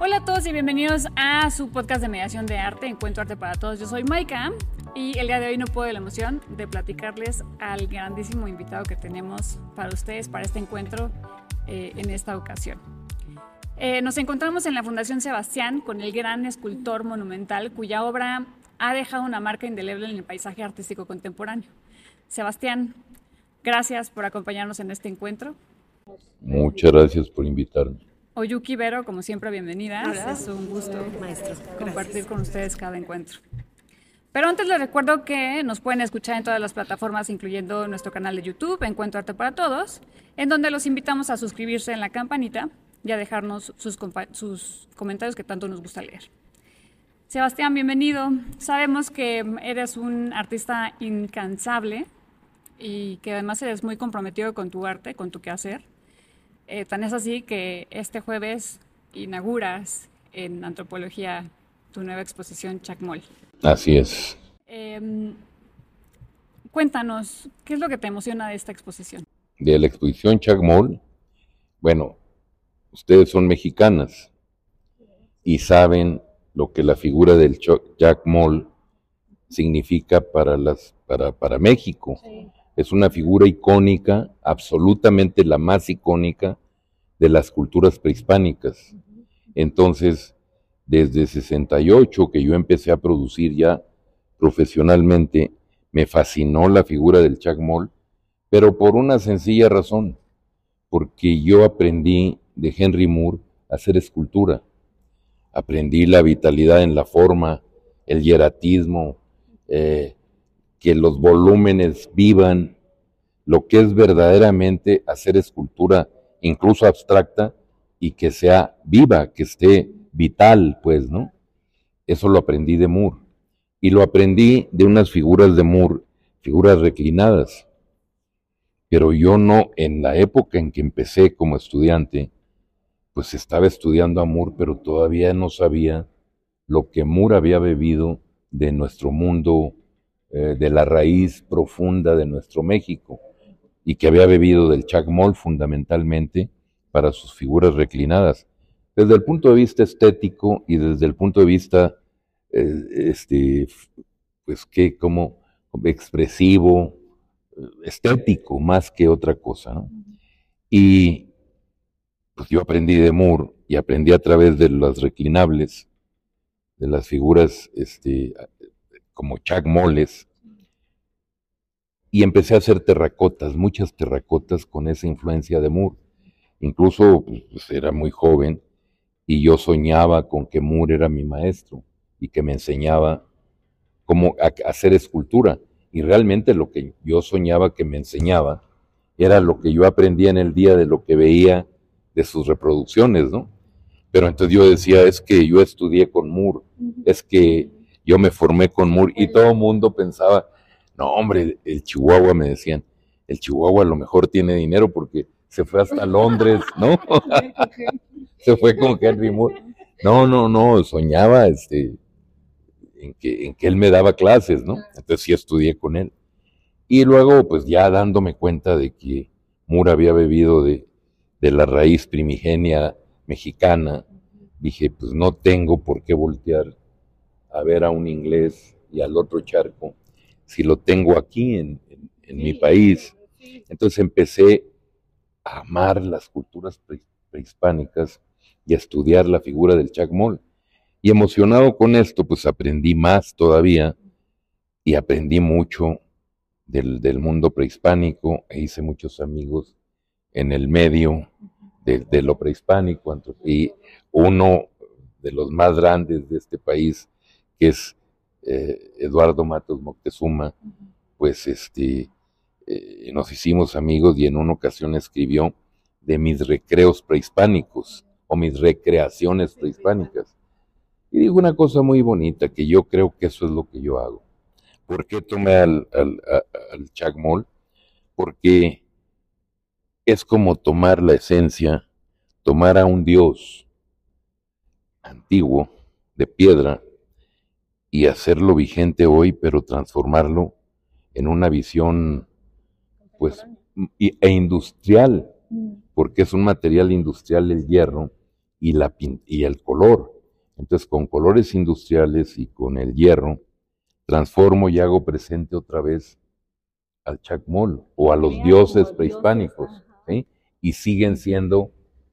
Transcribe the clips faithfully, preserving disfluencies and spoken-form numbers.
Hola a todos y bienvenidos a su podcast de mediación de arte, Encuentro Arte para Todos. Yo soy Maika y el día de hoy no puedo de la emoción de platicarles al grandísimo invitado que tenemos para ustedes para este encuentro eh, en esta ocasión. Eh, nos encontramos en la Fundación Sebastián con el gran escultor monumental cuya obra ha dejado una marca indeleble en el paisaje artístico contemporáneo. Sebastián, gracias por acompañarnos en este encuentro. Muchas gracias por invitarme. Oyuki Vero, como siempre, bienvenida. Hola. Es un gusto Maestro, compartir gracias. con ustedes cada encuentro. Pero antes les recuerdo que nos pueden escuchar en todas las plataformas, incluyendo nuestro canal de YouTube, Encuentro Arte para Todos, en donde los invitamos a suscribirse en la campanita y a dejarnos sus, sus comentarios que tanto nos gusta leer. Sebastián, bienvenido. Sabemos que eres un artista incansable y que además eres muy comprometido con tu arte, con tu quehacer. Eh, tan es así que este jueves inauguras en Antropología tu nueva exposición Chacmol. Así es. Eh, cuéntanos, ¿qué es lo que te emociona de esta exposición? De la exposición Chacmol, bueno, ustedes son mexicanas y saben lo que la figura del Chacmol significa para, las, para, para México. Sí. Es una figura icónica, absolutamente la más icónica de las culturas prehispánicas. Entonces, desde sesenta y ocho, que yo empecé a producir ya profesionalmente, me fascinó la figura del Chacmol, pero por una sencilla razón, porque yo aprendí de Henry Moore a hacer escultura. Aprendí la vitalidad en la forma, el hieratismo, eh, que los volúmenes vivan, lo que es verdaderamente hacer escultura, incluso abstracta, y que sea viva, que esté vital, pues, ¿no? Eso lo aprendí de Moore. Y lo aprendí de unas figuras de Moore, figuras reclinadas. Pero yo no, en la época en que empecé como estudiante, pues estaba estudiando a Moore, pero todavía no sabía lo que Moore había bebido de nuestro mundo, eh, de la raíz profunda de nuestro México, y que había bebido del Chacmol fundamentalmente para sus figuras reclinadas. Desde el punto de vista estético y desde el punto de vista, eh, este, pues que como expresivo, estético, más que otra cosa, ¿no? Y pues yo aprendí de Moore y aprendí a través de las reclinables, de las figuras este, como Chacmoles, y empecé a hacer terracotas, muchas terracotas con esa influencia de Moore. Incluso pues, era muy joven y yo soñaba con que Moore era mi maestro y que me enseñaba cómo hacer escultura. Y realmente lo que yo soñaba que me enseñaba era lo que yo aprendía en el día de lo que veía de sus reproducciones, ¿no? Pero entonces yo decía, es que yo estudié con Moore, es que yo me formé con Moore, y todo el mundo pensaba, no hombre, el Chihuahua, me decían, el Chihuahua a lo mejor tiene dinero porque se fue hasta Londres, ¿no? Se fue con Henry Moore. No, no, no, soñaba este, en, que, en que él me daba clases, ¿no? Entonces sí estudié con él. Y luego, pues ya dándome cuenta de que Moore había bebido de, de la raíz primigenia mexicana, dije, pues no tengo por qué voltear a ver a un inglés y al otro charco, si lo tengo aquí en, en, en mi país. Entonces empecé a amar las culturas pre, prehispánicas y a estudiar la figura del Chacmol. Y emocionado con esto, pues aprendí más todavía y aprendí mucho del, del mundo prehispánico e hice muchos amigos en el medio de, de lo prehispánico. Y uno de los más grandes de este país, que es eh, Eduardo Matos Moctezuma, pues este, eh, nos hicimos amigos y en una ocasión escribió de mis recreos prehispánicos o mis recreaciones prehispánicas. Y dijo una cosa muy bonita, que yo creo que eso es lo que yo hago. ¿Por qué tomé al, al, al Chacmol? Porque es como tomar la esencia, tomar a un dios antiguo, de piedra, y hacerlo vigente hoy, pero transformarlo en una visión, pues, e industrial, porque es un material industrial el hierro, y, la, y el color. Entonces, con colores industriales y con el hierro, transformo y hago presente otra vez al Chacmol o a los dioses prehispánicos, ¿sí? Y siguen siendo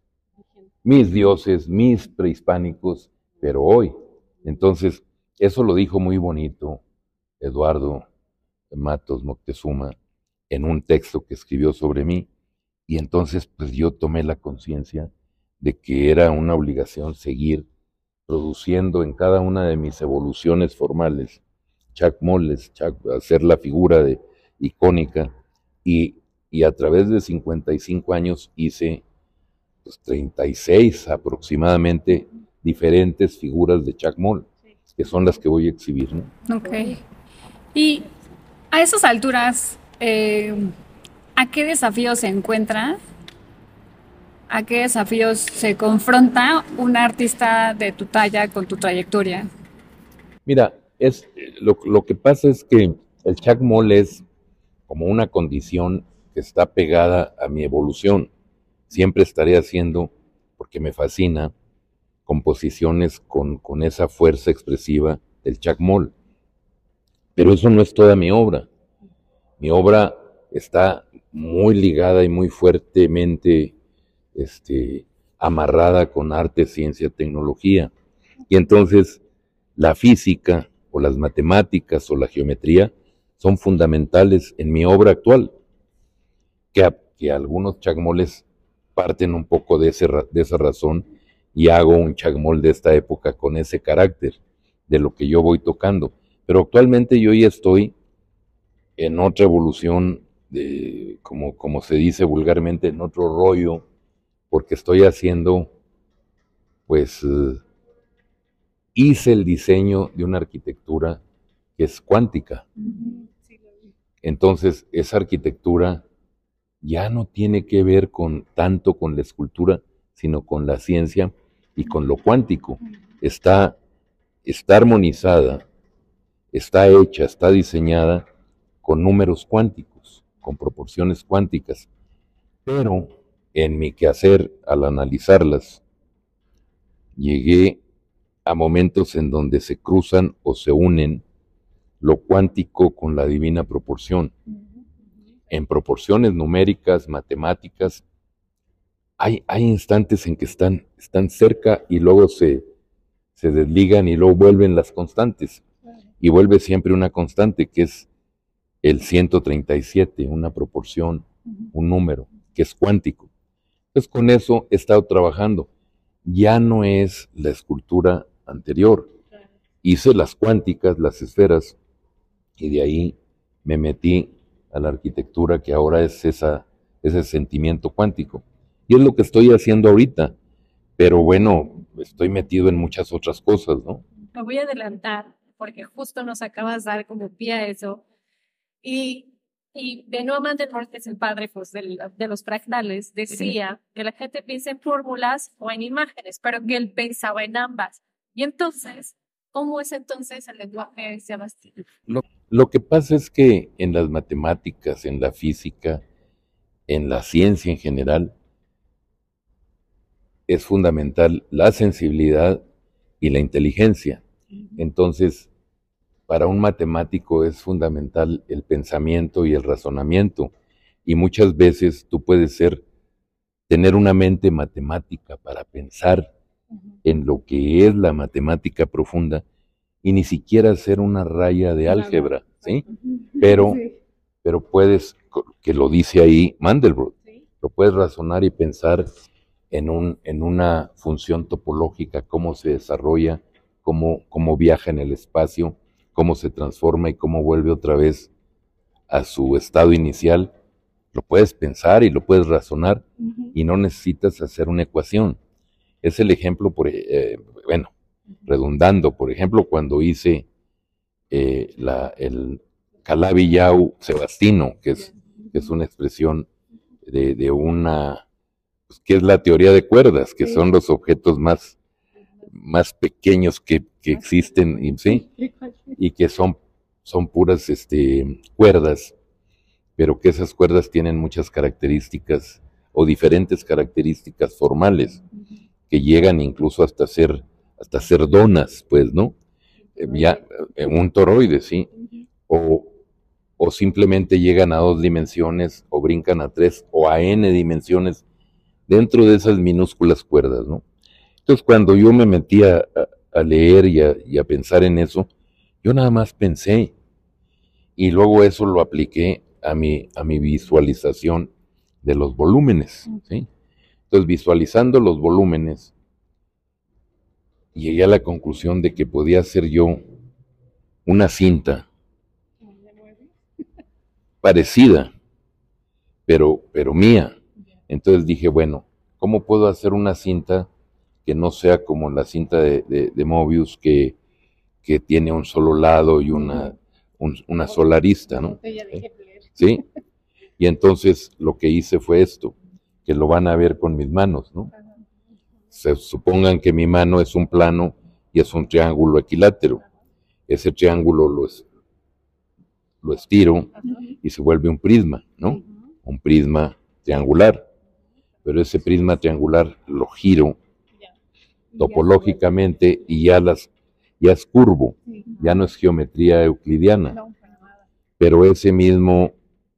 mis dioses, mis prehispánicos, pero hoy. Entonces, eso lo dijo muy bonito Eduardo Matos Moctezuma en un texto que escribió sobre mí, y entonces pues yo tomé la conciencia de que era una obligación seguir produciendo en cada una de mis evoluciones formales chacmoles, chac, hacer la figura de, icónica, y, y a través de cincuenta y cinco años hice pues, treinta y seis aproximadamente diferentes figuras de chacmol, que son las que voy a exhibir, ¿no? Ok. Y a esas alturas, eh, ¿a qué desafíos se encuentra? ¿A qué desafíos se confronta un artista de tu talla con tu trayectoria? Mira, es, lo, lo que pasa es que el chacmol es como una condición que está pegada a mi evolución. Siempre estaré haciendo, porque me fascina, composiciones con, con esa fuerza expresiva del chacmol. Pero eso no es toda mi obra. Mi obra está muy ligada y muy fuertemente este, amarrada con arte, ciencia, tecnología. Y entonces la física o las matemáticas o la geometría son fundamentales en mi obra actual, que, a, que algunos chacmoles parten un poco de, ese, de esa razón y hago un chacmol de esta época con ese carácter de lo que yo voy tocando. Pero actualmente yo ya estoy en otra evolución, de, como, como se dice vulgarmente, en otro rollo, porque estoy haciendo, pues, uh, hice el diseño de una arquitectura que es cuántica. Entonces, esa arquitectura ya no tiene que ver con tanto con la escultura, sino con la ciencia y con lo cuántico. Está, está armonizada, está hecha, está diseñada con números cuánticos, con proporciones cuánticas. Pero en mi quehacer, al analizarlas, llegué a momentos en donde se cruzan o se unen lo cuántico con la divina proporción. En proporciones numéricas, matemáticas, hay, hay instantes en que están, están cerca y luego se, se desligan y luego vuelven las constantes. Y vuelve siempre una constante que es el ciento treinta y siete, una proporción, un número, que es cuántico. Entonces con eso he estado trabajando. Ya no es la escultura anterior. Hice las cuánticas, las esferas, y de ahí me metí a la arquitectura, que ahora es esa, ese sentimiento cuántico. Y es lo que estoy haciendo ahorita. Pero bueno, estoy metido en muchas otras cosas, ¿no? Me voy a adelantar, porque justo nos acabas de dar como pie a eso. Y, y Benoît Mandelbrot, que es el padre pues, del, de los fractales, decía que la gente piensa en fórmulas o en imágenes, pero que él pensaba en ambas. Y entonces, ¿cómo es entonces el lenguaje de Sebastián? Lo, lo que pasa es que en las matemáticas, en la física, en la ciencia en general, es fundamental la sensibilidad y la inteligencia. Entonces, para un matemático es fundamental el pensamiento y el razonamiento. Y muchas veces tú puedes ser, tener una mente matemática para pensar en lo que es la matemática profunda y ni siquiera hacer una raya de álgebra, ¿sí? Pero, pero puedes, que lo dice ahí Mandelbrot, lo puedes razonar y pensar en, un, en una función topológica, cómo se desarrolla, cómo, cómo viaja en el espacio, cómo se transforma y cómo vuelve otra vez a su estado inicial. Lo puedes pensar y lo puedes razonar uh-huh. y no necesitas hacer una ecuación. Es el ejemplo, por, eh, bueno, redundando, por ejemplo, cuando hice eh, la, el Calabi-Yau sebastino, que es, que es una expresión de, de una, pues, que es la teoría de cuerdas, que son los objetos más, más pequeños que, que existen, y, ¿sí? y que son, son puras este, cuerdas, pero que esas cuerdas tienen muchas características o diferentes características formales, que llegan incluso hasta ser, hasta ser donas, pues, ¿no? Eh, ya, eh, un toroide, ¿sí? O, o simplemente llegan a dos dimensiones, o brincan a tres, o a n dimensiones, dentro de esas minúsculas cuerdas, ¿no? Entonces, cuando yo me metí a, a leer y a, y a pensar en eso, yo nada más pensé, y luego eso lo apliqué a mi, a mi visualización de los volúmenes, ¿sí? Entonces, visualizando los volúmenes, llegué a la conclusión de que podía hacer yo una cinta parecida, pero, pero mía. Entonces dije, bueno, ¿cómo puedo hacer una cinta que no sea como la cinta de, de, de Mobius, que, que tiene un solo lado y una, un, una sola arista, ¿no? ¿Sí? Y entonces lo que hice fue esto, que lo van a ver con mis manos, ¿no? Se supongan que mi mano es un plano y es un triángulo equilátero. Ese triángulo lo, es, lo estiro y se vuelve un prisma, ¿no? Un prisma triangular. Pero ese prisma triangular lo giro topológicamente y ya, las, ya es curvo, ya no es geometría euclidiana. Pero ese mismo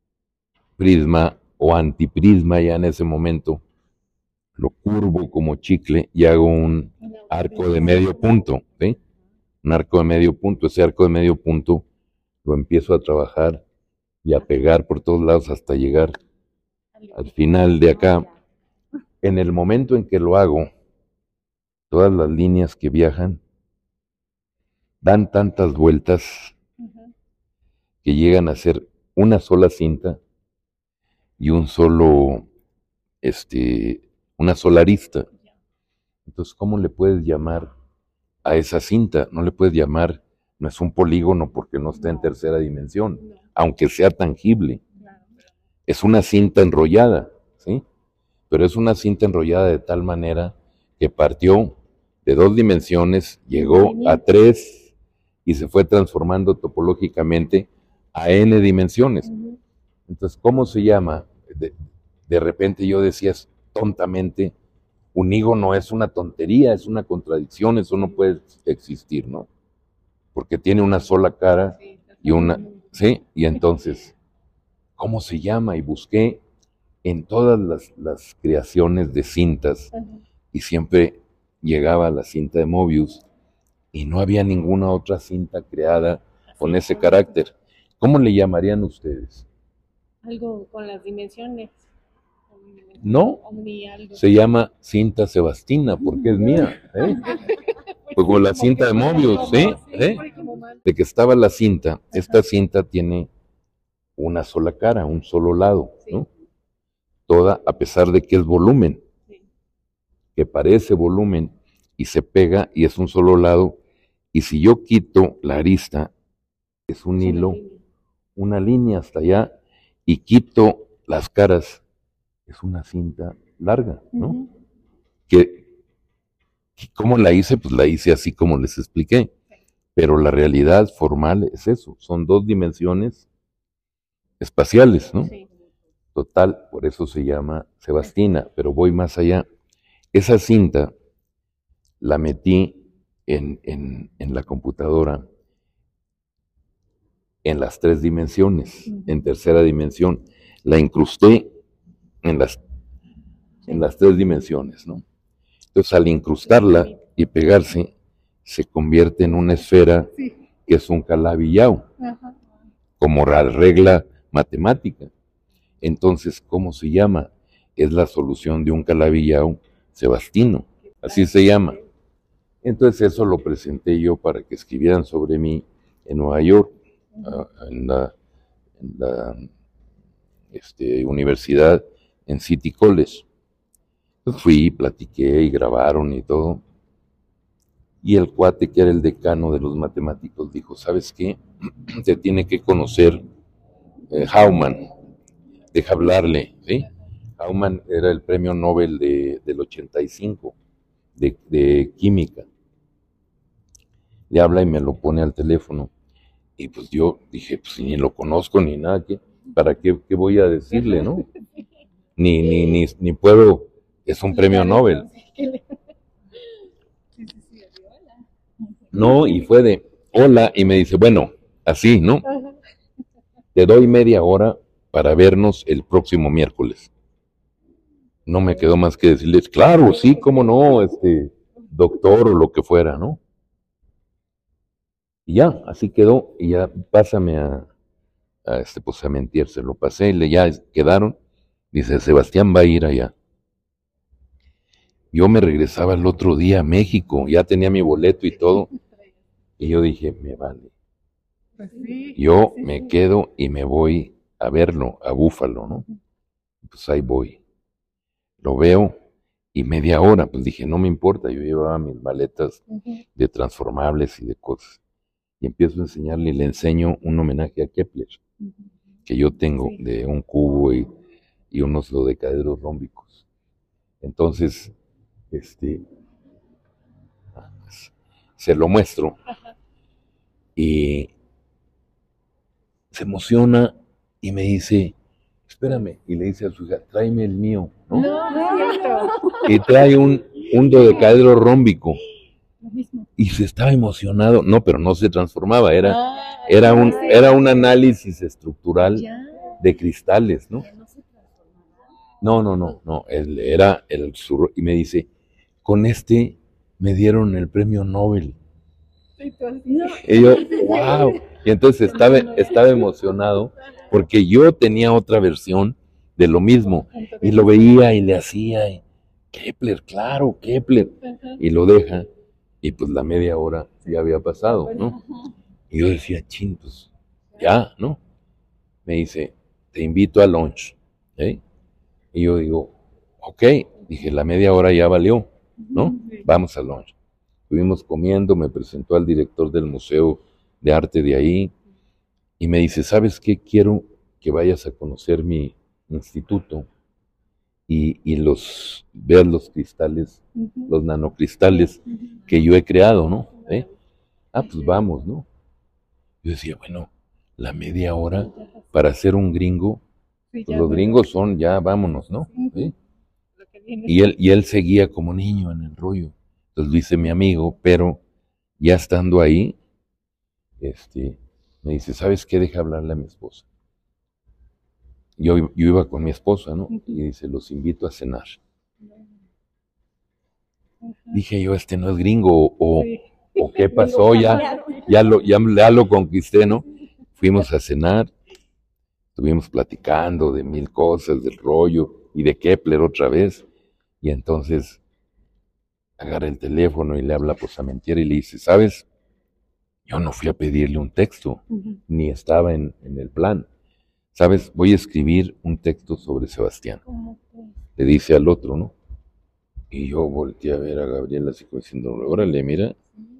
prisma o antiprisma ya en ese momento lo curvo como chicle y hago un arco de medio punto, ¿sí? Un arco de medio punto. Ese arco de medio punto lo empiezo a trabajar y a pegar por todos lados hasta llegar al final de acá. En el momento en que lo hago, todas las líneas que viajan dan tantas vueltas que llegan a ser una sola cinta y un solo, este, una sola arista. Entonces, ¿cómo le puedes llamar a esa cinta? No le puedes llamar, no es un polígono porque no está en tercera dimensión, aunque sea tangible. Es una cinta enrollada, ¿sí? Pero es una cinta enrollada de tal manera que partió de dos dimensiones, llegó a tres y se fue transformando topológicamente a n dimensiones. Entonces, ¿cómo se llama? De, de repente yo decía tontamente, un higo no es una tontería, es una contradicción, eso no puede existir, ¿no? Porque tiene una sola cara y una, ¿sí? Y entonces, ¿cómo se llama? Y busqué en todas las, las creaciones de cintas y siempre llegaba a la cinta de Mobius y no había ninguna otra cinta creada con ese carácter. ¿Cómo le llamarían ustedes? Algo con las dimensiones. No, se llama cinta sebastina porque es mía, ¿eh? Pues con la cinta de Mobius, ¿sí? ¿Eh? De que estaba la cinta, esta cinta tiene una sola cara, un solo lado, ¿no? Toda, a pesar de que es volumen, que parece volumen y se pega y es un solo lado, y si yo quito la arista, es un hilo, una línea hasta allá, y quito las caras, es una cinta larga, ¿no? Uh-huh. Que, que ¿cómo la hice? Pues la hice así como les expliqué, pero la realidad formal es eso, son dos dimensiones espaciales, ¿no? Sí. Total, por eso se llama sebastina, pero voy más allá. Esa cinta la metí en, en, en la computadora en las tres dimensiones, uh-huh. En tercera dimensión. La incrusté en las, en las tres dimensiones, ¿no? Entonces, al incrustarla y pegarse, se convierte en una esfera sí. Que es un calabillao, uh-huh. Como la regla matemática. Entonces, ¿cómo se llama? Es la solución de un calabillao sebastino, así se llama. Entonces eso lo presenté yo para que escribieran sobre mí en Nueva York, uh, en la, en la este, universidad, en City College. Entonces fui, platiqué y grabaron y todo. Y el cuate que era el decano de los matemáticos dijo, ¿sabes qué? Te tiene que conocer eh, Hauman. Deja hablarle, ¿sí? Hauman era el premio Nobel de, del ochenta y cinco, de, de química. Le habla y me lo pone al teléfono. Y pues yo dije, pues ni lo conozco ni nada, ¿qué? ¿Para qué, qué voy a decirle, no? Ni, ni, ni, ni puedo, es un premio Nobel. No, y fue de, hola, y me dice, bueno, así, ¿no? Te doy media hora para vernos el próximo miércoles. No me quedó más que decirles, claro, sí, cómo no, este, doctor o lo que fuera, ¿no? Y ya, así quedó, y ya pásame a, a este, pues a mentir, se lo pasé, y le ya quedaron. Dice, Sebastián va a ir allá. Yo me regresaba el otro día a México, ya tenía mi boleto y todo, y yo dije, me vale. Yo me quedo y me voy a verlo, a Búfalo, ¿no? Pues ahí voy. Lo veo y media hora, pues dije, no me importa, yo llevaba mis maletas de transformables y de cosas. Y empiezo a enseñarle y le enseño un homenaje a Kepler, que yo tengo de un cubo y, y unos dodecaedros rómbicos. Entonces, este, se lo muestro y se emociona y me dice, espérame, y le dice a su hija, tráeme el mío, ¿no? No, no es cierto. Y trae un, un dodecaedro rómbico. Y se estaba emocionado, no, pero no se transformaba, era, era, un, era un análisis estructural de cristales, ¿no? No, no, no, no, él era el sur, y me dice, con este me dieron el premio Nobel. Y yo, wow, y entonces estaba, estaba emocionado porque yo tenía otra versión de lo mismo, y lo veía y le hacía, y, Kepler, claro, Kepler, y lo deja. Y pues la media hora ya había pasado, ¿no? Y yo decía, chin, pues ya, ¿no? Me dice, te invito a lunch, ¿eh? Y yo digo, ok, dije, la media hora ya valió, ¿no? Vamos a lunch. Estuvimos comiendo, me presentó al director del Museo de Arte de ahí y me dice, ¿sabes qué? Quiero que vayas a conocer mi instituto y, y los veas los cristales, uh-huh. los nanocristales uh-huh. que yo he creado, ¿no? ¿Eh? Ah, pues vamos, ¿no? Yo decía, bueno, la media hora para hacer un gringo, pues los gringos son ya, vámonos, ¿no? ¿Eh? Y él, y él seguía como niño en el rollo. Entonces lo hice mi amigo, pero ya estando ahí, este, me dice, ¿sabes qué? Deja hablarle a mi esposa. Yo, yo iba con mi esposa, ¿no? Y dice, los invito a cenar. Dije yo, este no es gringo, o, sí. o qué pasó, ya, ya, lo, ya, ya lo conquisté, ¿no? Fuimos a cenar, estuvimos platicando de mil cosas, del rollo, y de Kepler otra vez, y entonces agarra el teléfono y le habla pues a Mentier y le dice, ¿sabes? Yo no fui a pedirle un texto, uh-huh. ni estaba en, en el plan. ¿Sabes? Voy a escribir un texto sobre Sebastián. Le dice al otro, ¿no? Y yo volteé a ver a Gabriela así como diciendo, órale, mira.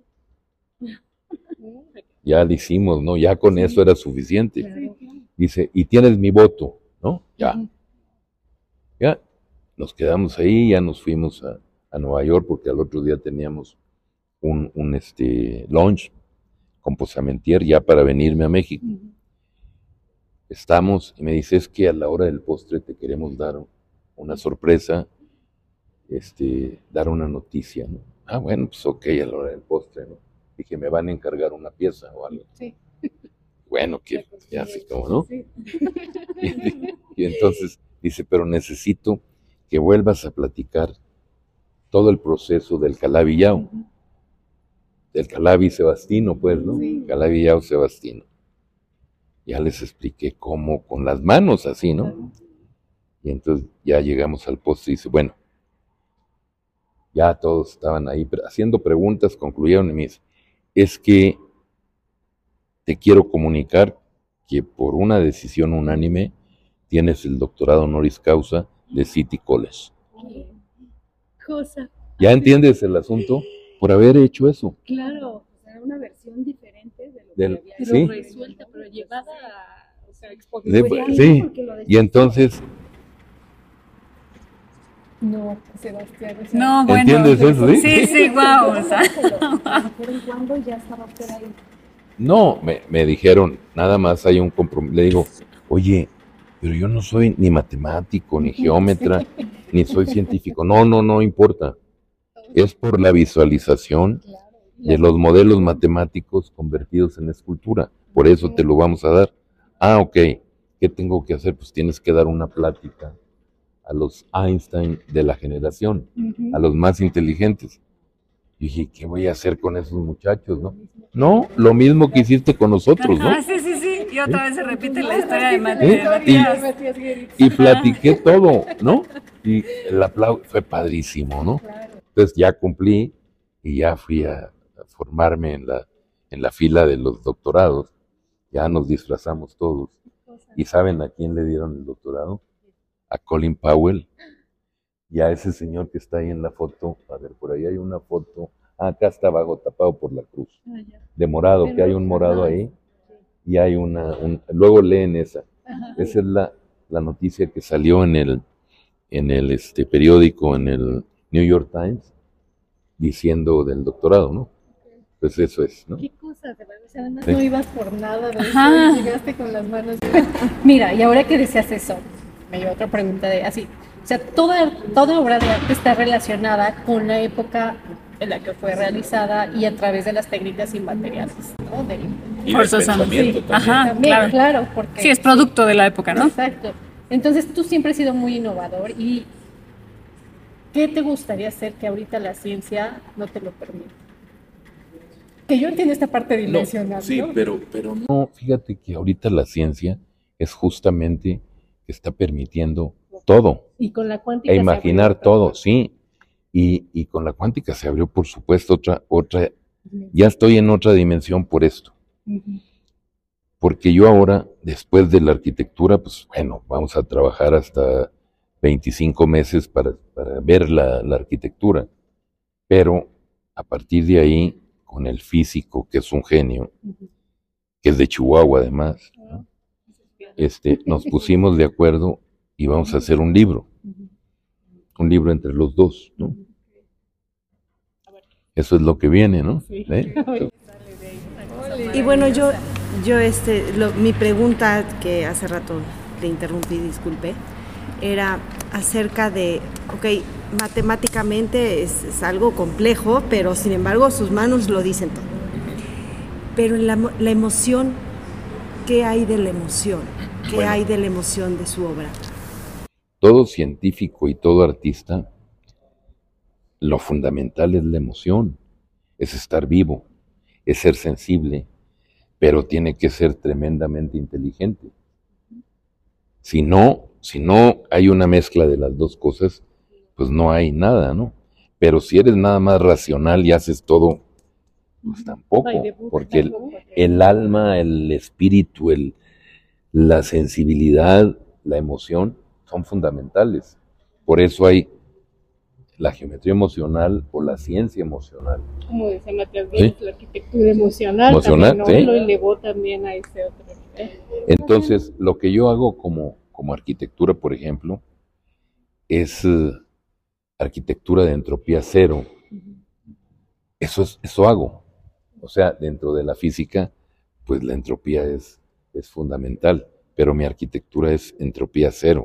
Ya lo hicimos, ¿no? Ya con eso era suficiente. Dice, y tienes mi voto, ¿no? Ya. Ya. Nos quedamos ahí, ya nos fuimos a, a Nueva York porque al otro día teníamos un, un este, lunch con Posamentier ya para venirme a México. Estamos, y me dice, es que a la hora del postre te queremos dar una sorpresa, este, dar una noticia, ¿no? Ah, bueno, pues ok, a la hora del postre, ¿no? Dije, me van a encargar una pieza o algo. Sí. Bueno, que ya así como, ¿no? Sí. Y, y entonces dice, pero necesito que vuelvas a platicar todo el proceso del Calabi-Yau, uh-huh. del Calabi-Sebastino, pues, ¿no? Sí. Calabi-Yau-Sebastino. Ya les expliqué cómo, con las manos así, ¿no? Y entonces ya llegamos al postre y dice, bueno, ya todos estaban ahí haciendo preguntas, concluyeron y me dice, es que te quiero comunicar que por una decisión unánime tienes el doctorado honoris causa de City College. Cosa. ¿Ya entiendes el asunto? Por haber hecho eso. Claro, o sea, una versión diferente de lo Del, que había ¿sí? resuelta, pero llevada a, o sea, exposición. De, sí, y entonces... No, Sebastián. O sea, no, bueno. ¿Entiendes eso, sí? Sí, sí, guau. Wow, o sea. ¿Pero cuándo ya estaba usted ahí? No, me, me dijeron, nada más hay un compromiso. Le digo, oye, pero yo no soy ni matemático, ni geómetra, ni soy científico. No, no, no importa. Es por la visualización de los modelos matemáticos convertidos en escultura. Por eso te lo vamos a dar. Ah, ok. ¿Qué tengo que hacer? Pues tienes que dar una plática a los Einstein de la generación, uh-huh. a los más inteligentes. Y dije, ¿qué voy a hacer con esos muchachos, no? No, lo mismo que hiciste con nosotros, ¿no? Ah, sí, sí, sí. Y otra vez se repite la historia de Matías. ¿Eh? Y, y platiqué todo, ¿no? Y el aplauso fue padrísimo, ¿no? Entonces ya cumplí y ya fui a, a formarme en la, en la fila de los doctorados. Ya nos disfrazamos todos. ¿Y saben a quién le dieron el doctorado? A Colin Powell. Y a ese señor que está ahí en la foto. A ver, por ahí hay una foto. Ah, acá está abajo, tapado por la cruz. De morado, que hay un morado ahí. Y hay una... Un, luego leen esa. Esa es la, la noticia que salió en el, en el este, periódico, en el New York Times, diciendo del doctorado, ¿no? Pues eso es, ¿no? ¿Qué cosas? O sea, además ¿sí? No ibas por nada de eso, y llegaste con las manos. Mira, y ahora que decías eso, me lleva otra pregunta de así. O sea, toda, toda obra de arte está relacionada con la época en la que fue realizada y a través de las técnicas inmateriales, ¿no? Del, y del pensamiento sí. Ajá, también, claro. claro, porque... Sí, es producto de la época, ¿no? Exacto. Entonces, tú siempre has sido muy innovador y ¿qué te gustaría hacer que ahorita la ciencia no te lo permite? Que yo entiendo esta parte dimensional, no, sí, ¿no? pero, pero no. No, fíjate que ahorita la ciencia es justamente que está permitiendo todo. Y con la cuántica e imaginar todo, sí. Y, y con la cuántica se abrió, por supuesto, otra, otra, ya estoy en otra dimensión por esto. Uh-huh. Porque yo ahora, después de la arquitectura, pues bueno, vamos a trabajar hasta veinticinco meses para, para ver la, la arquitectura. Pero a partir de ahí, con el físico, que es un genio, uh-huh. que es de Chihuahua además, ¿no? este, nos pusimos de acuerdo y vamos a hacer un libro. Uh-huh. Un libro entre los dos, ¿no? Eso es lo que viene, ¿no? Sí. ¿Eh? Y bueno, yo, yo este, lo, mi pregunta, que hace rato le interrumpí, disculpe, era acerca de, ok, matemáticamente es, es algo complejo, pero sin embargo sus manos lo dicen todo. Pero en la, la emoción, ¿qué hay de la emoción? ¿Qué bueno. hay de la emoción de su obra? Todo científico y todo artista, lo fundamental es la emoción, es estar vivo, es ser sensible, pero tiene que ser tremendamente inteligente. Si no, si no hay una mezcla de las dos cosas, pues no hay nada, ¿no? Pero si eres nada más racional y haces todo, pues tampoco, porque el, el alma, el espíritu, el, la sensibilidad, la emoción, son fundamentales. Por eso hay la geometría emocional o la ciencia emocional. Como dice Matías, ¿sí? La arquitectura emocional, emocional también, ¿sí? Lo elevó también a ese otro nivel. Entonces, lo que yo hago como, como arquitectura, por ejemplo, es uh, arquitectura de entropía cero. Uh-huh. Eso, es, eso hago. O sea, dentro de la física, pues la entropía es, es fundamental, pero mi arquitectura es entropía cero.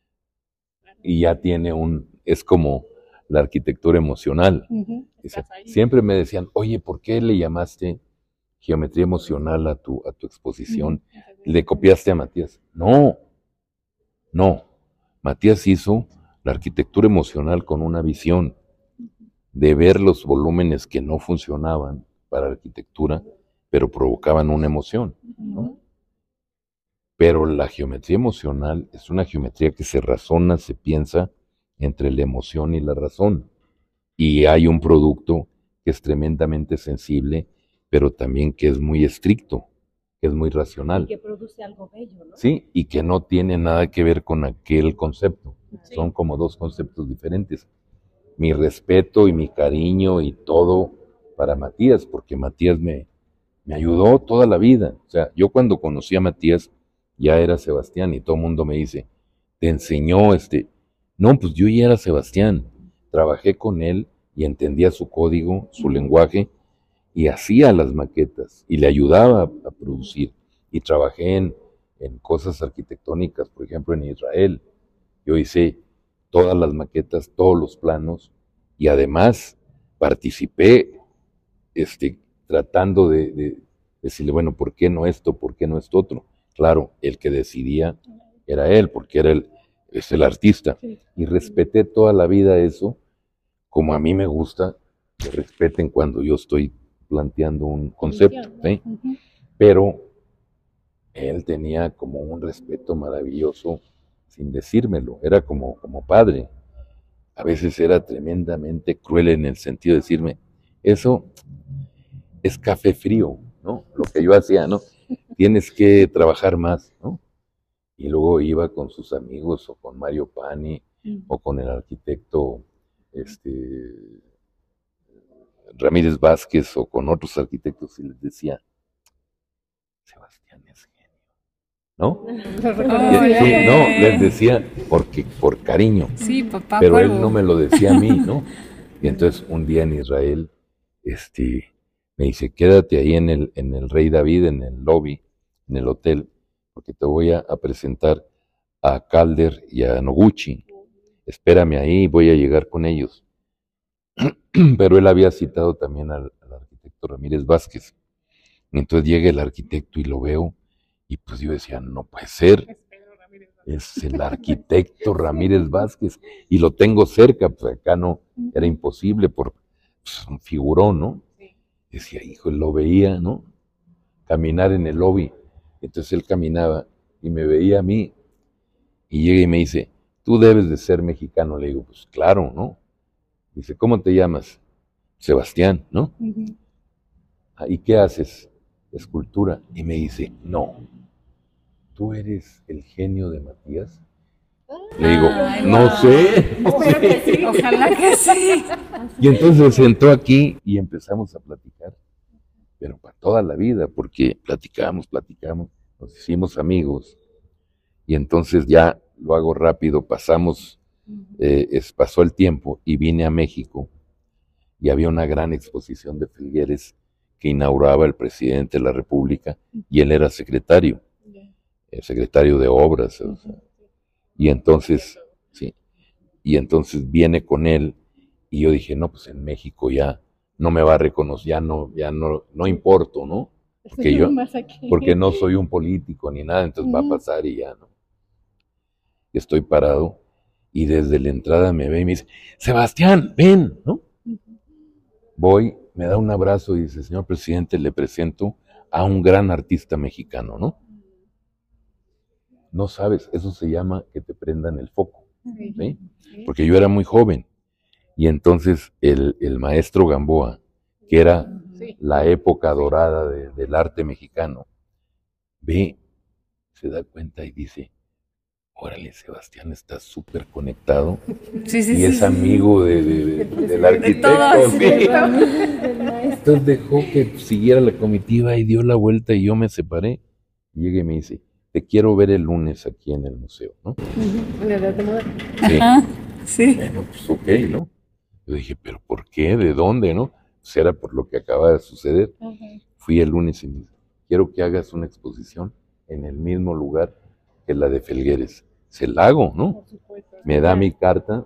Y ya tiene un, es como la arquitectura emocional. Uh-huh. Dice, siempre me decían, oye, ¿por qué le llamaste geometría emocional a tu, a tu exposición? Uh-huh. ¿Le copiaste a Matías? No, no. Matías hizo la arquitectura emocional con una visión de ver los volúmenes que no funcionaban para arquitectura, pero provocaban una emoción, ¿no? Uh-huh. Pero la geometría emocional es una geometría que se razona, se piensa entre la emoción y la razón. Y hay un producto que es tremendamente sensible, pero también que es muy estricto, que es muy racional. Y que produce algo bello, ¿no? Sí, y que no tiene nada que ver con aquel concepto. Sí. Son como dos conceptos diferentes. Mi respeto y mi cariño y todo para Matías, porque Matías me, me ayudó toda la vida. O sea, yo cuando conocí a Matías, ya era Sebastián y todo el mundo me dice, te enseñó este... No, pues yo ya era Sebastián, trabajé con él y entendía su código, su lenguaje y hacía las maquetas y le ayudaba a, a producir. Y trabajé en, en cosas arquitectónicas, por ejemplo en Israel. Yo hice todas las maquetas, todos los planos y además participé este, tratando de, de decirle, bueno, ¿por qué no esto? ¿Por qué no esto otro? Claro, el que decidía era él, porque era el, es el artista. Y respeté toda la vida eso, como a mí me gusta que respeten cuando yo estoy planteando un concepto, ¿sí? Pero él tenía como un respeto maravilloso sin decírmelo, era como, como padre. A veces era tremendamente cruel en el sentido de decirme, eso es café frío, ¿no? Lo que yo hacía, ¿no? Tienes que trabajar más, ¿no? Y luego iba con sus amigos o con Mario Pani mm. o con el arquitecto este, Ramírez Vázquez o con otros arquitectos y les decía, Sebastián es genio, ¿no? Oh, y, sí, no, les decía porque, por cariño, sí, papá, pero polvo. Él no me lo decía a mí, ¿no? Y entonces un día en Israel, este, me dice, quédate ahí en el, en el Rey David, en el lobby, en el hotel, porque te voy a, a presentar a Calder y a Noguchi. Espérame ahí, voy a llegar con ellos. Pero él había citado también al, al arquitecto Ramírez Vázquez. Y entonces llega el arquitecto y lo veo, y pues yo decía, no puede ser. Es el arquitecto Ramírez Vázquez, y lo tengo cerca, pues acá no, era imposible por pues, un figurón, ¿no? Decía, hijo, lo veía, ¿no? Caminar en el lobby. Entonces él caminaba y me veía a mí y llega y me dice, tú debes de ser mexicano. Le digo, pues claro, ¿no? Dice, ¿cómo te llamas? Sebastián, ¿no? Uh-huh. ¿Y qué haces? Escultura. Y me dice, no, ¿tú eres el genio de Matías? Le digo, Ay, no, no sé. No sé. Que sí. Ojalá que sí. Y entonces se sentó aquí y empezamos a platicar. Pero para toda la vida, porque platicamos, platicamos, nos hicimos amigos, y entonces ya lo hago rápido, pasamos, eh, es, pasó el tiempo y vine a México, y había una gran exposición de Felgueres que inauguraba el presidente de la República, y él era secretario, el secretario de Obras, o sea, y entonces, sí, y entonces viene con él, y yo dije, no, pues en México ya no me va a reconocer, ya no, ya no, no importo, ¿no? Porque yo, porque no soy un político ni nada, entonces uh-huh. va a pasar y ya, ¿no? Y estoy parado y desde la entrada me ve y me dice, Sebastián, ven, ¿no? Uh-huh. Voy, me da un abrazo y dice, señor presidente, le presento a un gran artista mexicano, ¿no? No sabes, eso se llama que te prendan el foco, ¿sí? Porque yo era muy joven. Y entonces el, el maestro Gamboa, que era sí. la época dorada de, del arte mexicano, ve, se da cuenta y dice, órale, Sebastián está súper conectado sí, sí, y sí, es sí. amigo de, de, de, del arquitecto. De sí. Entonces dejó que siguiera la comitiva y dio la vuelta y yo me separé. Y llega y me dice, te quiero ver el lunes aquí en el museo, ¿no? En el arte moderno. Sí. Ajá, sí. Bueno, pues ok, ¿no? Yo dije, ¿pero por qué? ¿De dónde? ¿No? Pues era por lo que acaba de suceder. Uh-huh. Fui el lunes y me dice, quiero que hagas una exposición en el mismo lugar que la de Felgueres. Se la hago, ¿no? Supuesto, me da mi carta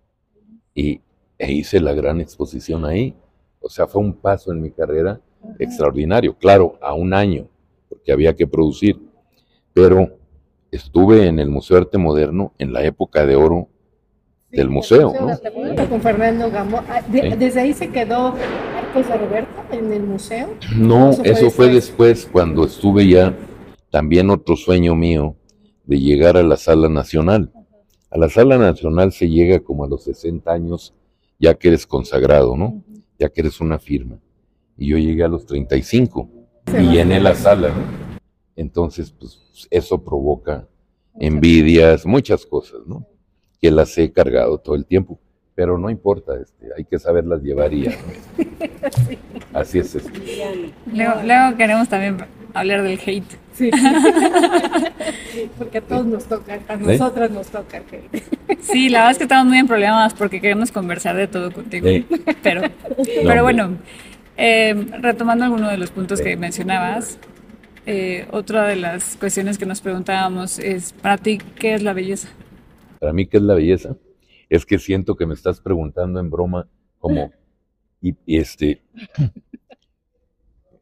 y e hice la gran exposición ahí. O sea, fue un paso en mi carrera uh-huh. extraordinario. Claro, a un año, porque había que producir. Pero estuve en el Museo de Arte Moderno en la época de oro del museo, museo, ¿no? De con Fernando Gamboa. De, ¿sí? ¿Desde ahí se quedó Arcos de Roberto en el museo? No, eso, fue, eso después? fue después, cuando estuve ya, también otro sueño mío, de llegar a la Sala Nacional. A la Sala Nacional se llega como a los sesenta años, ya que eres consagrado, ¿no? Uh-huh. Ya que eres una firma. Y yo llegué a los treinta y cinco se y llené la sala, ¿no? Entonces, pues, eso provoca envidias, muchas cosas, ¿no? Que las he cargado todo el tiempo, pero no importa, este, hay que saberlas llevar y ya, ¿no? Sí. Así es esto. Luego, luego queremos también hablar del hate. Sí. Sí, porque a todos nos toca, a nosotras ¿sí? nos toca el hate. Sí, la verdad es que estamos muy en problemas porque queremos conversar de todo contigo, sí. pero, no, pero bueno, eh, retomando alguno de los puntos sí. que mencionabas, eh, otra de las cuestiones que nos preguntábamos es, para ti, ¿qué es la belleza? Para mí, ¿qué es la belleza? Es que siento que me estás preguntando en broma como, y, y este,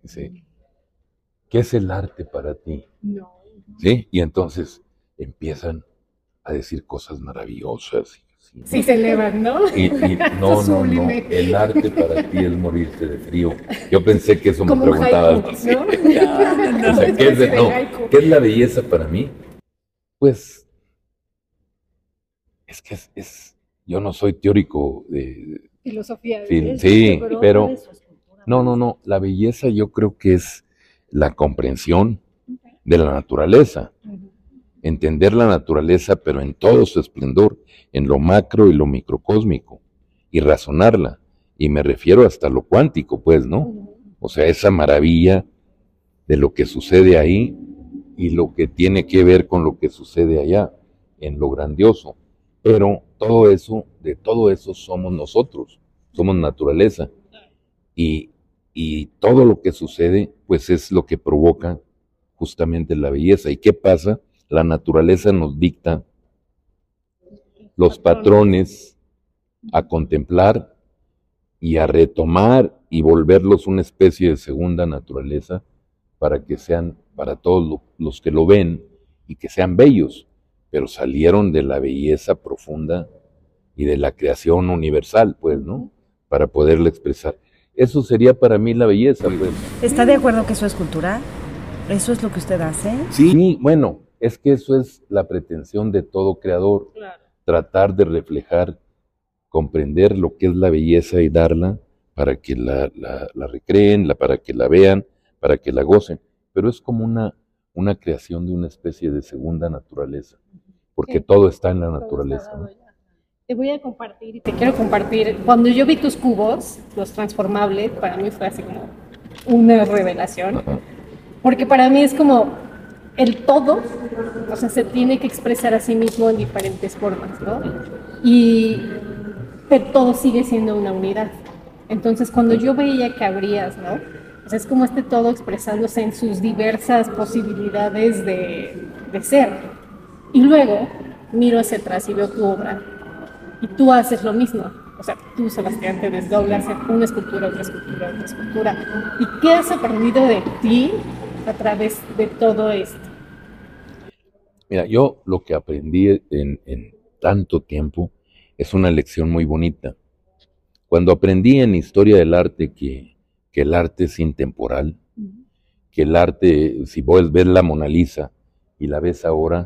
Dice, ¿qué es el arte para ti? No. ¿Sí? Y entonces empiezan a decir cosas maravillosas. ¿Sí? Sí se elevan, ¿no? Y, y no, no, no, el arte para ti es morirte de frío. Yo pensé que eso Como me un preguntabas. haiku, ¿Sí? ¿no? No, no, O sea, ¿qué es, de- de no, haiku. ¿qué es la belleza para mí? Pues es que es, es- yo no soy teórico de, Filosofía. Sí, ¿sí? sí, Pero pero ¿cuál es su escultura? no, no, no, la belleza yo creo que es la comprensión de la naturaleza, entender la naturaleza, pero en todo su esplendor, en lo macro y lo microcósmico, y razonarla, y me refiero hasta lo cuántico, pues, ¿no? O sea, esa maravilla de lo que sucede ahí y lo que tiene que ver con lo que sucede allá, en lo grandioso. Pero todo eso, de todo eso somos nosotros, somos naturaleza. Y, y todo lo que sucede, pues es lo que provoca justamente la belleza. ¿Y qué pasa? La naturaleza nos dicta los patrones a contemplar y a retomar y volverlos una especie de segunda naturaleza para que sean, para todos lo- los que lo ven, y que sean bellos, pero salieron de la belleza profunda y de la creación universal, pues, ¿no? Para poderla expresar. Eso sería para mí la belleza, pues. ¿Está de acuerdo que eso es cultura? ¿Eso es lo que usted hace? Sí, bueno, es que eso es la pretensión de todo creador, tratar de reflejar, comprender lo que es la belleza y darla para que la, la, la recreen, la, para que la vean, para que la gocen. Pero es como una, una creación de una especie de segunda naturaleza, porque Sí. todo está en la naturaleza, ¿no? Te voy a compartir y te quiero compartir. Cuando yo vi tus cubos, los transformables, para mí fue así como una revelación. Ajá. Porque para mí es como el todo, o sea, se tiene que expresar a sí mismo en diferentes formas, ¿no? Y pero todo sigue siendo una unidad. Entonces, cuando yo veía que abrías, ¿no? O sea, es como este todo expresándose en sus diversas posibilidades de, de ser. Y luego miro hacia atrás y veo tu obra. Y tú haces lo mismo. O sea, tú, Sebastián, te desdoblas en una escultura, otra escultura, otra escultura. ¿Y qué has aprendido de ti a través de todo esto? Mira, yo lo que aprendí en, en tanto tiempo es una lección muy bonita. Cuando aprendí en historia del arte que, que el arte es intemporal, que el arte, si vos ves la Mona Lisa y la ves ahora,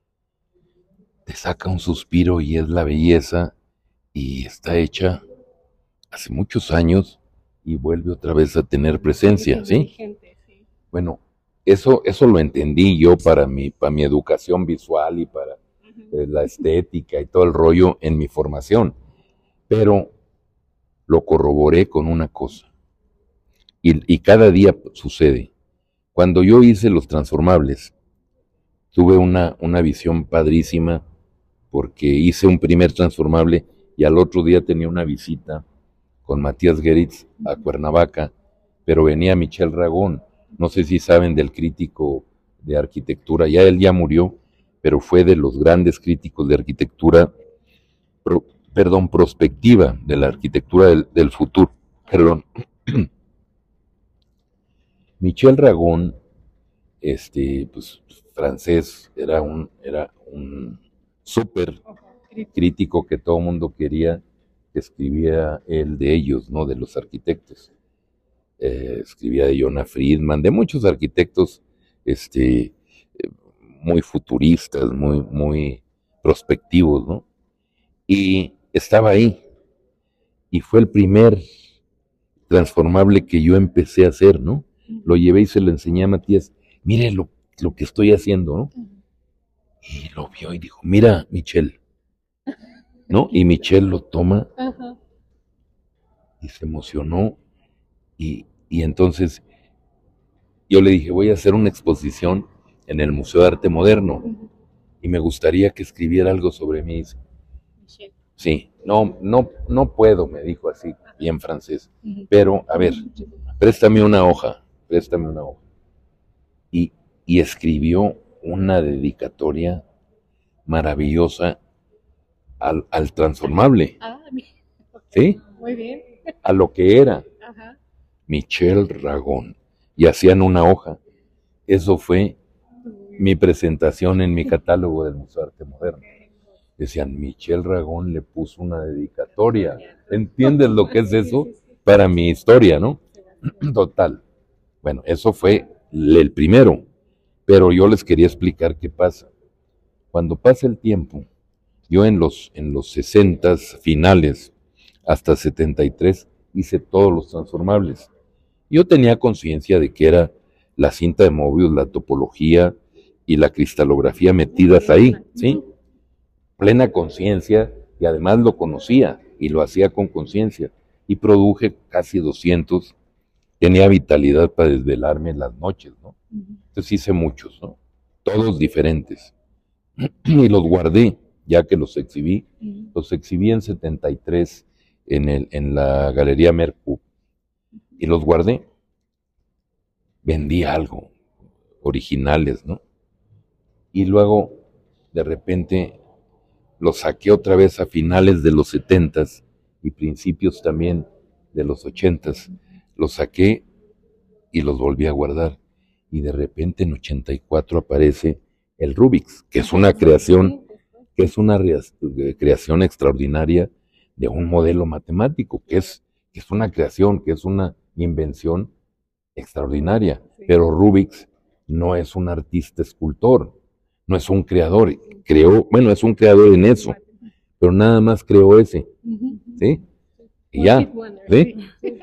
te saca un suspiro y es la belleza y está hecha hace muchos años y vuelve otra vez a tener presencia, ¿sí? Inteligente, sí. Bueno, eso, eso lo entendí yo para mi, para mi educación visual y para eh, la estética y todo el rollo en mi formación, pero lo corroboré con una cosa y, y cada día sucede. Cuando yo hice los transformables, tuve una, una visión padrísima porque hice un primer transformable y al otro día tenía una visita con Matías Geritz a Cuernavaca, pero venía Michel Ragón. No sé si saben del crítico de arquitectura, ya él ya murió, pero fue de los grandes críticos de arquitectura, pro, perdón, prospectiva de la arquitectura del, del futuro. Perdón. Michel Ragón, este, pues, francés, era un, era un súper crítico que todo el mundo quería que escribía él de ellos, ¿no? De los arquitectos. Eh, escribía de Jonah Friedman, de muchos arquitectos, este, eh, muy futuristas, muy, muy prospectivos, ¿no? Y estaba ahí. Y fue el primer transformable que yo empecé a hacer, ¿no? Lo llevé y se lo enseñé a Matías. Mire lo, lo que estoy haciendo, ¿no? Y lo vio y dijo, mira, Michel, ¿no? Y Michel lo toma Ajá. y se emocionó. Y, y entonces yo le dije, voy a hacer una exposición en el Museo de Arte Moderno y me gustaría que escribiera algo sobre mí. Michel. Sí, no, no, no puedo, me dijo así, bien francés, pero a ver, préstame una hoja, préstame una hoja. Y, y escribió una dedicatoria maravillosa al, al transformable, Ah, mi- ¿sí? muy bien. A lo que era Ajá. Michel Ragón. y hacían una hoja. Eso fue mi presentación en mi catálogo del Museo de Arte Moderno. Decían, Michel Ragón le puso una dedicatoria. ¿Entiendes lo que es eso? Para mi historia, ¿no? Total. Bueno, eso fue el primero. Pero yo les quería explicar qué pasa. Cuando pasa el tiempo, yo en los, en los sesentas finales, hasta setenta y tres, hice todos los transformables. Yo tenía conciencia de que era la cinta de Mobius, la topología y la cristalografía metidas ahí, ¿sí? Plena conciencia, y además lo conocía y lo hacía con conciencia. Y produje casi doscientos. Tenía vitalidad para desvelarme en las noches, ¿no? Entonces hice muchos, ¿no? Todos diferentes. Y los guardé, ya que los exhibí. Los exhibí en setenta y tres en, el, en la Galería Mercu. Y los guardé. Vendí algo, originales, ¿no? Y luego, de repente, los saqué otra vez a finales de los setentas y principios también de los ochentas. Los saqué y los volví a guardar. Y de repente en ochenta y cuatro aparece el Rubik's, que es una creación, que es una creación extraordinaria de un modelo matemático, que es, que es una creación, que es una invención extraordinaria. Pero Rubik's no es un artista escultor, no es un creador, creó, bueno, es un creador en eso, pero nada más creó ese, ¿sí? Y ya, ¿sí?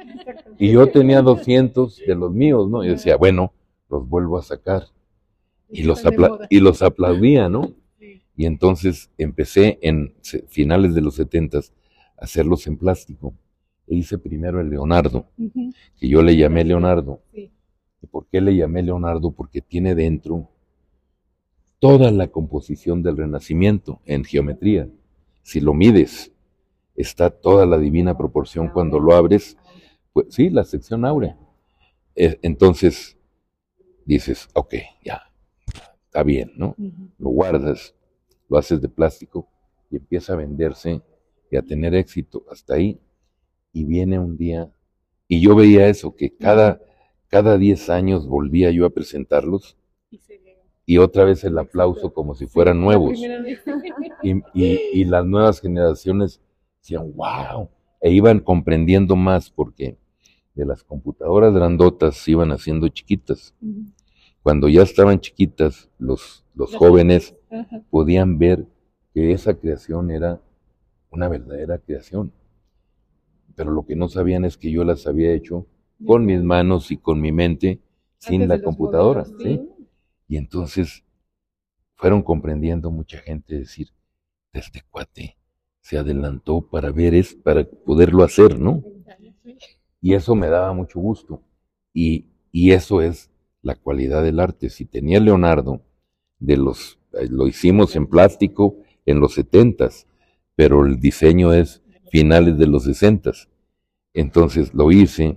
Y yo tenía doscientos de los míos, ¿no? Y decía, bueno, los vuelvo a sacar. Y los, apla y los aplaudía, ¿no? Y entonces empecé en finales de los setentas a hacerlos en plástico. E hice primero el Leonardo, que yo le llamé Leonardo. ¿Y por qué le llamé Leonardo? Porque tiene dentro toda la composición del Renacimiento en geometría. Si lo mides, está toda la divina proporción cuando lo abres. Pues sí, la sección áurea. Eh, entonces dices, ok, ya, está bien, ¿no? Lo guardas, lo haces de plástico y empieza a venderse y a tener éxito hasta ahí. Y viene un día, y yo veía eso, que cada, cada diez años volvía yo a presentarlos y otra vez el aplauso como si fueran nuevos. Y, y, y las nuevas generaciones decían, wow, e iban comprendiendo más porque de las computadoras grandotas se iban haciendo chiquitas. Cuando ya estaban chiquitas, los, los jóvenes podían ver que esa creación era una verdadera creación. Pero lo que no sabían es que yo las había hecho con mis manos y con mi mente, sin la computadora, ¿sí? Y entonces fueron comprendiendo mucha gente decir, este cuate se adelantó para ver es, para poderlo hacer, ¿no? Y eso me daba mucho gusto. Y, y eso es la cualidad del arte. Si tenía Leonardo, de los, lo hicimos en plástico en los setentas, pero el diseño es finales de los sesentas. Entonces lo hice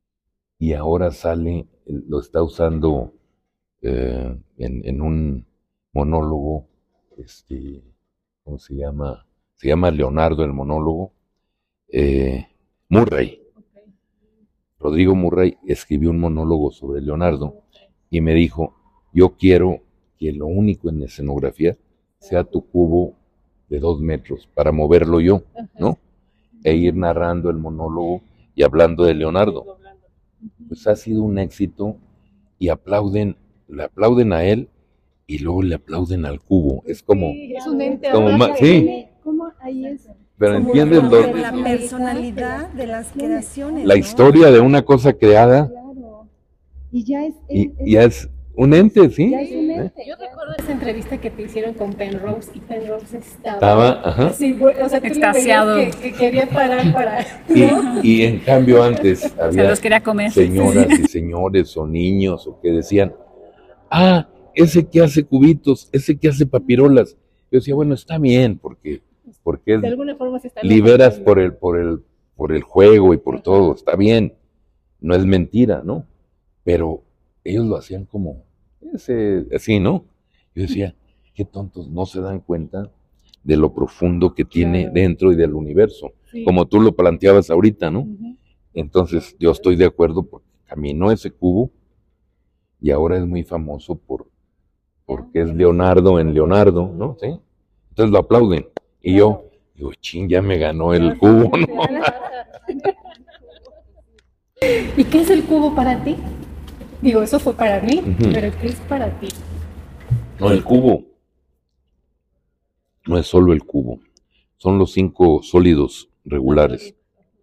y ahora sale, lo está usando eh, en, en un monólogo, este, ¿cómo se llama? Se llama Leonardo el monólogo, eh, Murray. Rodrigo Murray escribió un monólogo sobre Leonardo y me dijo, yo quiero que lo único en escenografía sea tu cubo de dos metros para moverlo yo, ¿no? E ir narrando el monólogo y hablando de Leonardo. Pues ha sido un éxito y aplauden, le aplauden a él y luego le aplauden al cubo. Es como... Sí, es un ente como más, sí. ¿Cómo ahí es? Pero entiendes lo, La personalidad de las creaciones. la ¿no? historia de una cosa creada Claro. Y ya es... y, es- y es un ente, ¿sí? ya es un ente. Yo recuerdo esa entrevista que te hicieron con Penrose y Penrose estaba, Estaba, ajá. así, güey, o sea, tú le veías Extasiado. que, que quería parar para... Y, y en cambio antes Se había los quería comer. señoras y señores o niños o que decían, ah, ese que hace cubitos, ese que hace papirolas. Yo decía, bueno, está bien, porque, porque De alguna forma se está... liberas por el, por el, por el juego y por todo, está bien, no es mentira, ¿no? Pero ellos lo hacían como, ese, así, ¿no? Yo decía, qué tontos, no se dan cuenta de lo profundo que tiene Claro. dentro y del universo, Sí. como tú lo planteabas ahorita, ¿no? Ujú. Entonces, yo estoy de acuerdo porque caminó ese cubo y ahora es muy famoso por porque es Leonardo en Leonardo, ¿no? ¿Sí? Entonces lo aplauden. Y yo, digo, ching, ya me ganó el cubo, ¿no? ¿Y qué es el cubo para ti? Digo, eso fue para mí, Ujú. pero ¿qué es para ti? No, el cubo no es solo el cubo, son los cinco sólidos regulares.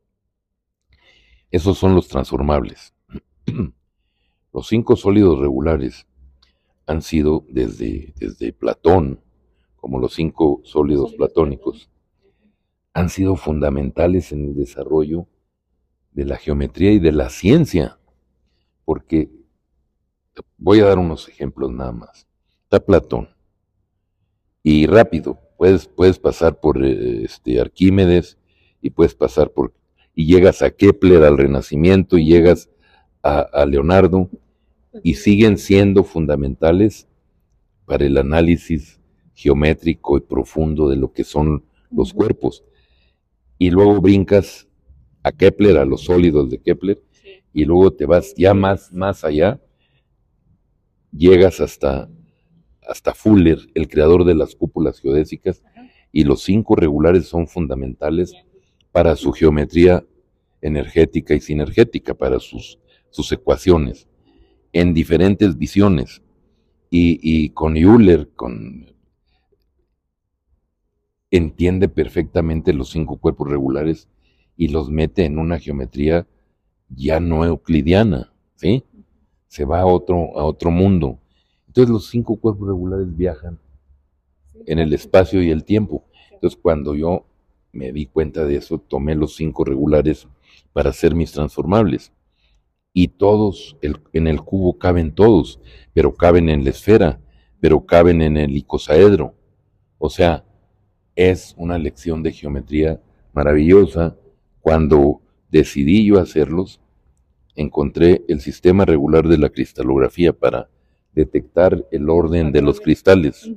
Esos son los transformables. Los cinco sólidos regulares han sido desde, desde Platón, como los cinco sólidos platónicos, han sido fundamentales en el desarrollo de la geometría y de la ciencia, porque voy a dar unos ejemplos nada más. Está Platón, y rápido, puedes, puedes pasar por eh, este, Arquímedes, y puedes pasar por, y llegas a Kepler, al Renacimiento, y llegas a, a Leonardo, y siguen siendo fundamentales para el análisis geométrico y profundo de lo que son los cuerpos. Y luego brincas a Kepler, a los sólidos de Kepler, y luego te vas ya más, más allá, llegas hasta, hasta Fuller, el creador de las cúpulas geodésicas, y los cinco regulares son fundamentales para su geometría energética y sinergética, para sus, sus ecuaciones, en diferentes visiones. Y, y con Euler, con, entiende perfectamente los cinco cuerpos regulares y los mete en una geometría ya no euclidiana, ¿sí? Se va a otro, a otro mundo. Entonces los cinco cuerpos regulares viajan en el espacio y el tiempo. Entonces cuando yo me di cuenta de eso, tomé los cinco regulares para hacer mis transformables. Y todos, el, en el cubo caben todos, pero caben en la esfera, pero caben en el icosaedro. O sea, es una lección de geometría maravillosa. Cuando decidí yo hacerlos, encontré el sistema regular de la cristalografía para detectar el orden de los cristales.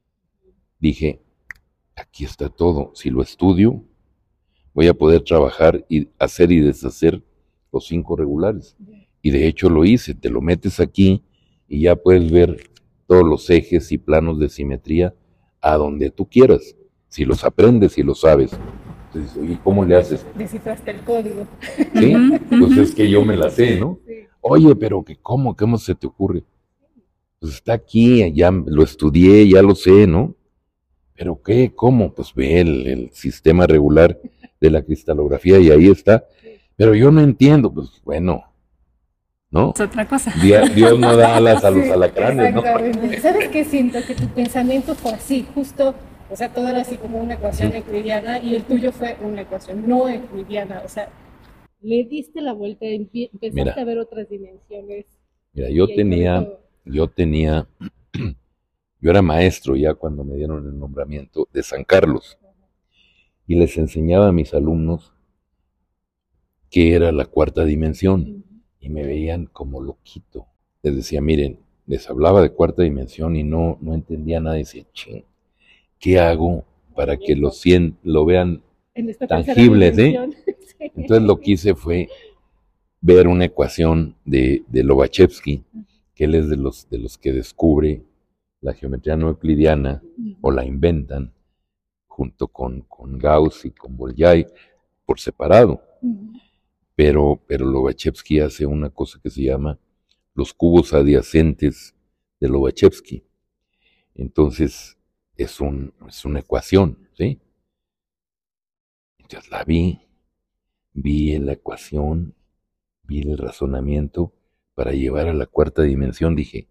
Dije, aquí está todo. Si lo estudio, voy a poder trabajar y hacer y deshacer los cinco regulares. Y de hecho lo hice. Te lo metes aquí y ya puedes ver todos los ejes y planos de simetría a donde tú quieras. Si los aprendes y los sabes. Entonces, oye, ¿cómo le haces? Descifraste el código. ¿Sí? Pues es que yo me la sé, ¿no? Oye, pero que ¿cómo? ¿Cómo se te ocurre? Pues está aquí, ya lo estudié, ya lo sé, ¿no? ¿Pero qué? ¿Cómo? Pues ve el, el sistema regular de la cristalografía y ahí está. Pero yo no entiendo, pues bueno, ¿no? Es otra cosa. Dios, Dios no da alas a los alacranes, ¿no? Exactamente. ¿Sabes qué siento? Que tu pensamiento fue así, justo, o sea, todo era así como una ecuación euclidiana y el tuyo fue una ecuación no euclidiana, o sea, le diste la vuelta, empie- empezaste Mira. a ver otras dimensiones. Mira, yo Y ahí tenía, fue todo. yo tenía, yo era maestro ya cuando me dieron el nombramiento de San Carlos y les enseñaba a mis alumnos qué era la cuarta dimensión y me veían como loquito. Les decía, miren, les hablaba de cuarta dimensión y no, no entendía nada y decía, ching, ¿qué hago para que lo, cien, lo vean En esta tercera tangibles, eh? dimensión. Sí. Entonces lo que hice fue ver una ecuación de, de Lobachevsky, que él es de los, de los que descubre la geometría no euclidiana o la inventan junto con, con Gauss y con Bolyai por separado. Pero, pero Lobachevsky hace una cosa que se llama los cubos adyacentes de Lobachevsky. Entonces es, un, es una ecuación, ¿sí? Entonces la vi, vi la ecuación, vi el razonamiento para llevar a la cuarta dimensión. Dije,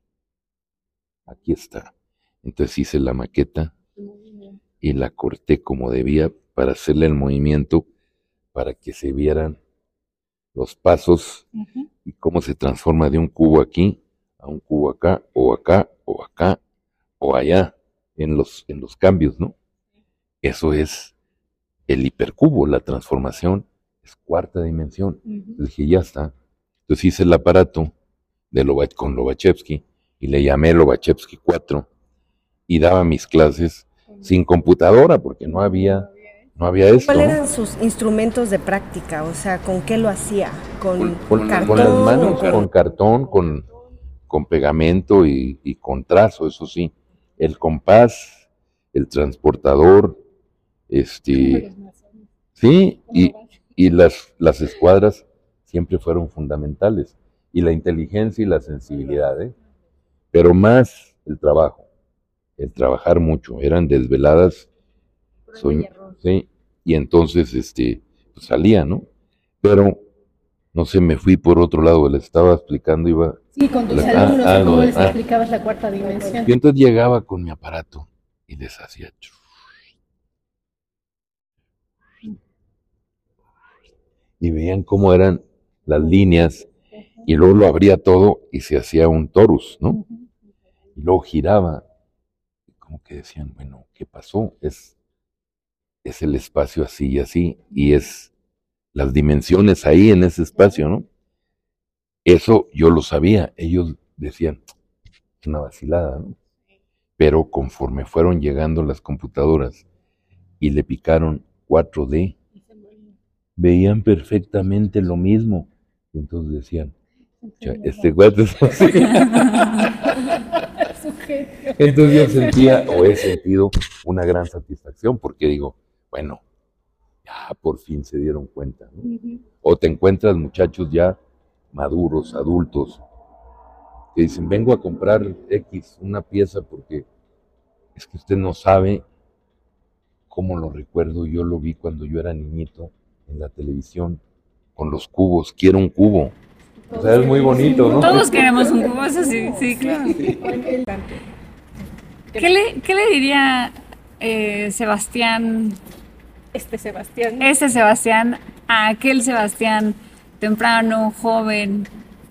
aquí está. Entonces hice la maqueta y la corté como debía para hacerle el movimiento para que se vieran los pasos Ujú. y cómo se transforma de un cubo aquí a un cubo acá, o acá, o acá, o allá, en los, en los cambios, ¿no? Eso es el hipercubo, la transformación es cuarta dimensión. Ujú. Dije, ya está. Entonces hice el aparato de Loba, con Lobachevsky y le llamé Lobachevsky cuatro y daba mis clases sin computadora porque no había, no había esto. ¿Cuáles ¿no? eran sus instrumentos de práctica? O sea, ¿con qué lo hacía? ¿Con, Con, cartón? con las manos, o con- con cartón, con, con pegamento y, y con trazo, eso sí. El compás, el transportador, este, sí, y, y las, las escuadras siempre fueron fundamentales. Y la inteligencia y la sensibilidad, ¿eh? Pero más el trabajo, el trabajar mucho. Eran desveladas, soñ- sí, y entonces este, pues salía, ¿no? Pero, no sé, me fui por otro lado, le estaba explicando, iba... Sí, con tus la- alumnos, ah, ah, ¿cómo lo de- les ah. explicabas la cuarta dimensión? Y entonces llegaba con mi aparato y les hacía... Y veían cómo eran las líneas, y luego lo abría todo y se hacía un torus, ¿no? Y luego giraba, y como que decían, bueno, ¿qué pasó? Es, es el espacio así y así, y es las dimensiones ahí en ese espacio, ¿no? Eso yo lo sabía, ellos decían, es una vacilada, ¿no? Pero conforme fueron llegando las computadoras y le picaron cuatro D, veían perfectamente lo mismo. Y entonces decían, "Cha, este guate es así". Entonces yo sentía, o he sentido, una gran satisfacción, porque digo, bueno, ya por fin se dieron cuenta, ¿no? O te encuentras muchachos ya maduros, adultos, que dicen, vengo a comprar X, una pieza, porque es que usted no sabe cómo lo recuerdo. Yo lo vi cuando yo era niñito en la televisión, con los cubos, quiero un cubo. O sea, es muy bonito, ¿no? Todos queremos un cubo, eso sí, sí, claro. ¿Qué le, qué le diría eh, Sebastián, Este Sebastián. ese Sebastián, a aquel Sebastián temprano, joven?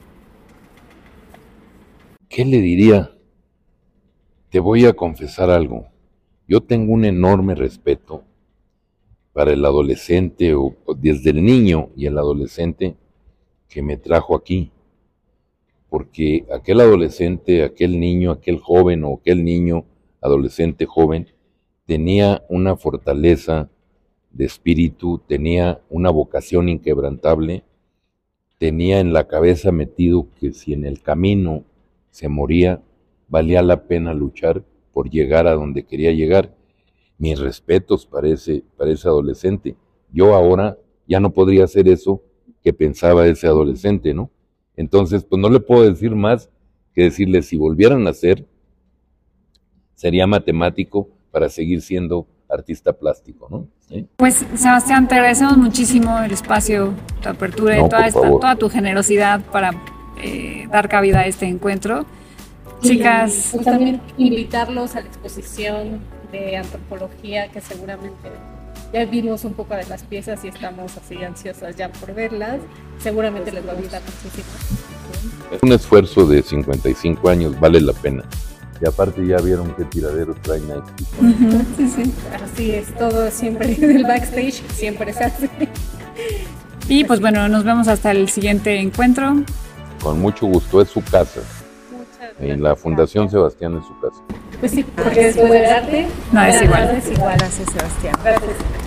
¿Qué le diría? Te voy a confesar algo. Yo tengo un enorme respeto para el adolescente, o, o desde el niño y el adolescente que me trajo aquí. Porque aquel adolescente, aquel niño, aquel joven o aquel niño, adolescente, joven, tenía una fortaleza de espíritu, tenía una vocación inquebrantable, tenía en la cabeza metido que si en el camino se moría, valía la pena luchar por llegar a donde quería llegar. Mis respetos para ese, para ese adolescente. Yo ahora ya no podría hacer eso que pensaba ese adolescente, ¿no? Entonces, pues no le puedo decir más que decirle, si volvieran a hacer, sería matemático para seguir siendo artista plástico, ¿no? ¿Sí? Pues Sebastián, te agradecemos muchísimo el espacio, tu apertura No, y toda, por esta, favor. toda tu generosidad para eh, dar cabida a este encuentro. Chicas, Pues también invitarlos a la exposición de antropología, que seguramente ya vimos un poco de las piezas y estamos así ansiosas ya por verlas. Seguramente les va a gustar muchísimo. Es un esfuerzo de cincuenta y cinco años, vale la pena. Y aparte ya vieron qué tiradero traen aquí. ujú, sí, sí. Así es, todo siempre del backstage, siempre se hace. Y pues bueno, nos vemos hasta el siguiente encuentro. Con mucho gusto, es su casa. Muchas En la Fundación Sebastián es su casa. Pues sí, porque después del arte, No es igual. nada es igual. Gracias, Sebastián. Gracias.